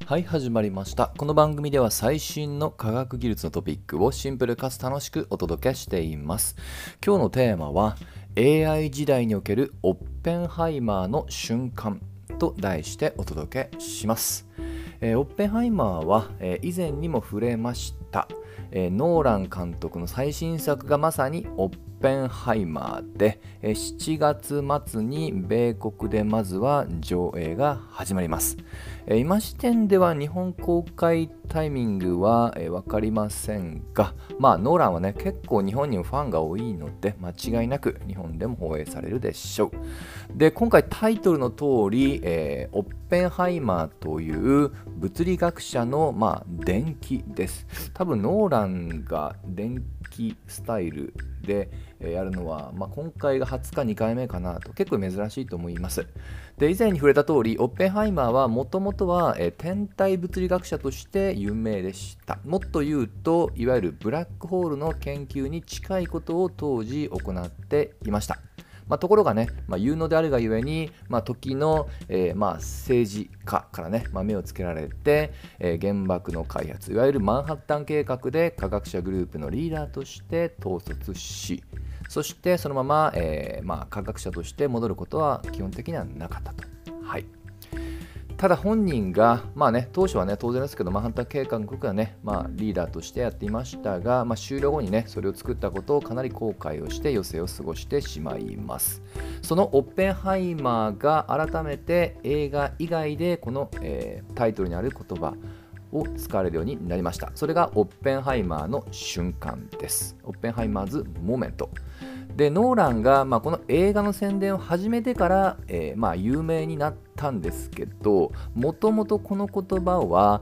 はい、始まりました。この番組では最新の科学技術のトピックをシンプルかつ楽しくお届けしています。今日のテーマは AI 時代におけるオッペンハイマーの瞬間と題してお届けします。オッペンハイマーは、以前にも触れました、ノーラン監督の最新作がまさにオッペンハイマーで、7月末に米国でまずは上映が始まります。今時点では日本公開タイミングは分かりませんが、ノーランはね結構日本にもファンが多いので間違いなく日本でも放映されるでしょう。で、今回タイトルの通り、オッペンハイマーという物理学者の伝記です。多分ノーランが伝記スタイルでやるのは、今回が初か2回目かなと結構珍しいと思います。で、以前に触れた通りオッペンハイマーはもともとは天体物理学者として有名でした。もっと言うといわゆるブラックホールの研究に近いことを当時行っていました。ところがね、有能であるがゆえに、時の、政治家からね、目をつけられて、原爆の開発、いわゆるマンハッタン計画で科学者グループのリーダーとして統率し、そしてそのまま、科学者として戻ることは基本的にはなかったと。はい。ただ本人が、当初はね、当然ですけど、マンハッタン計画はね、リーダーとしてやっていましたが、終了後にね、それを作ったことをかなり後悔をして余生を過ごしてしまいます。そのオッペンハイマーが改めて映画以外でこの、タイトルにある言葉を使われるようになりました。それがオッペンハイマーの瞬間です。オッペンハイマーズモーメント。で、ノーランが、この映画の宣伝を始めてから、有名になったんですけど、もともとこの言葉は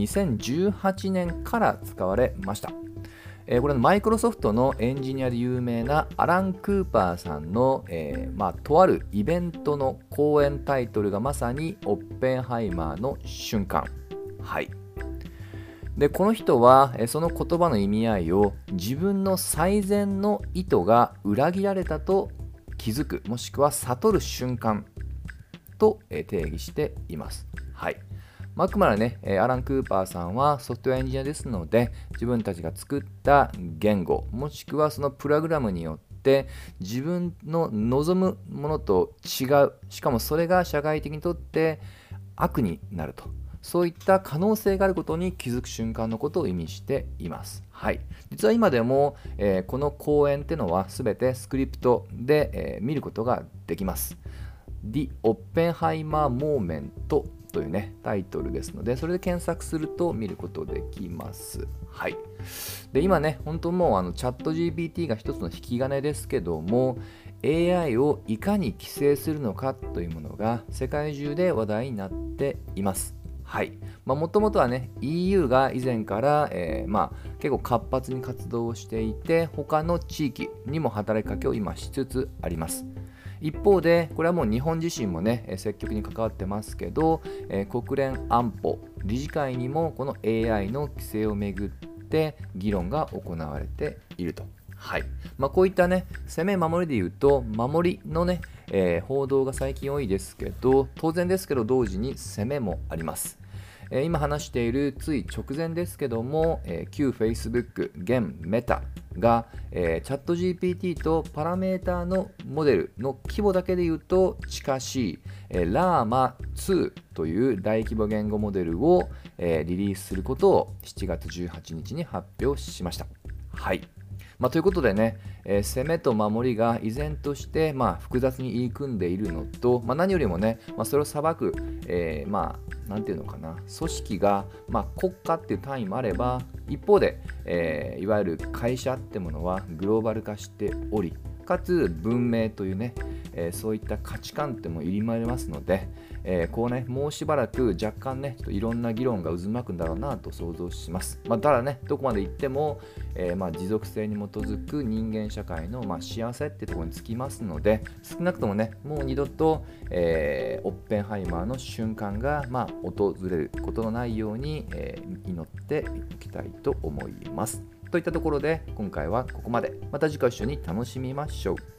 2018年から使われました。これマイクロソフトのエンジニアで有名なアラン・クーパーさんの、とあるイベントの講演タイトルがまさにオッペンハイマーの瞬間。はい。で、この人はその言葉の意味合いを自分の最善の意図が裏切られたと気づく、もしくは悟る瞬間と定義しています。はい。あくまでね、アラン・クーパーさんはソフトウェアエンジニアですので、自分たちが作った言語、もしくはそのプログラムによって自分の望むものと違う、しかもそれが社会的にとって悪になると。そういった可能性があることに気づく瞬間のことを意味しています。はい。実は今でも、この講演っていうのは全てスクリプトで、見ることができます。The Oppenheimer Moment というね、タイトルですので、それで検索すると見ることできます。はい。で、今ね、本当もうチャット GPT が一つの引き金ですけども、AI をいかに規制するのかというものが世界中で話題になっています。はい。もともとはね、EU が以前から、結構活発に活動をしていて、他の地域にも働きかけを今しつつあります。一方で、これはもう日本自身もね、積極に関わってますけど、国連安保理事会にもこの AI の規制をめぐって議論が行われていると。はい。こういったね、攻め守りで言うと、守りのね、報道が最近多いですけど、当然ですけど同時に攻めもあります。今話しているつい直前ですけども、旧 Facebook 現メタが、チャット GPT とパラメータのモデルの規模だけで言うと近しい、ラーマ2という大規模言語モデルを、リリースすることを7月18日に発表しました。はい。ということでね、攻めと守りが依然として、複雑に入り組んでいるのと、何よりもね、それを裁く、なんていうのかな、組織が、国家っていう単位もあれば、一方で、いわゆる会社ってものはグローバル化しており、かつ文明というね、そういった価値観っても入り混じりますので、もうしばらく若干ね、ちょっといろんな議論が渦巻くんだろうなと想像します。ただね、どこまで行っても、持続性に基づく人間社会の、幸せってところにつきますので、少なくともね、もう二度と、オッペンハイマーの瞬間が、訪れることのないように、祈っておきたいと思います。といったところで今回はここまで。また次回一緒に楽しみましょう。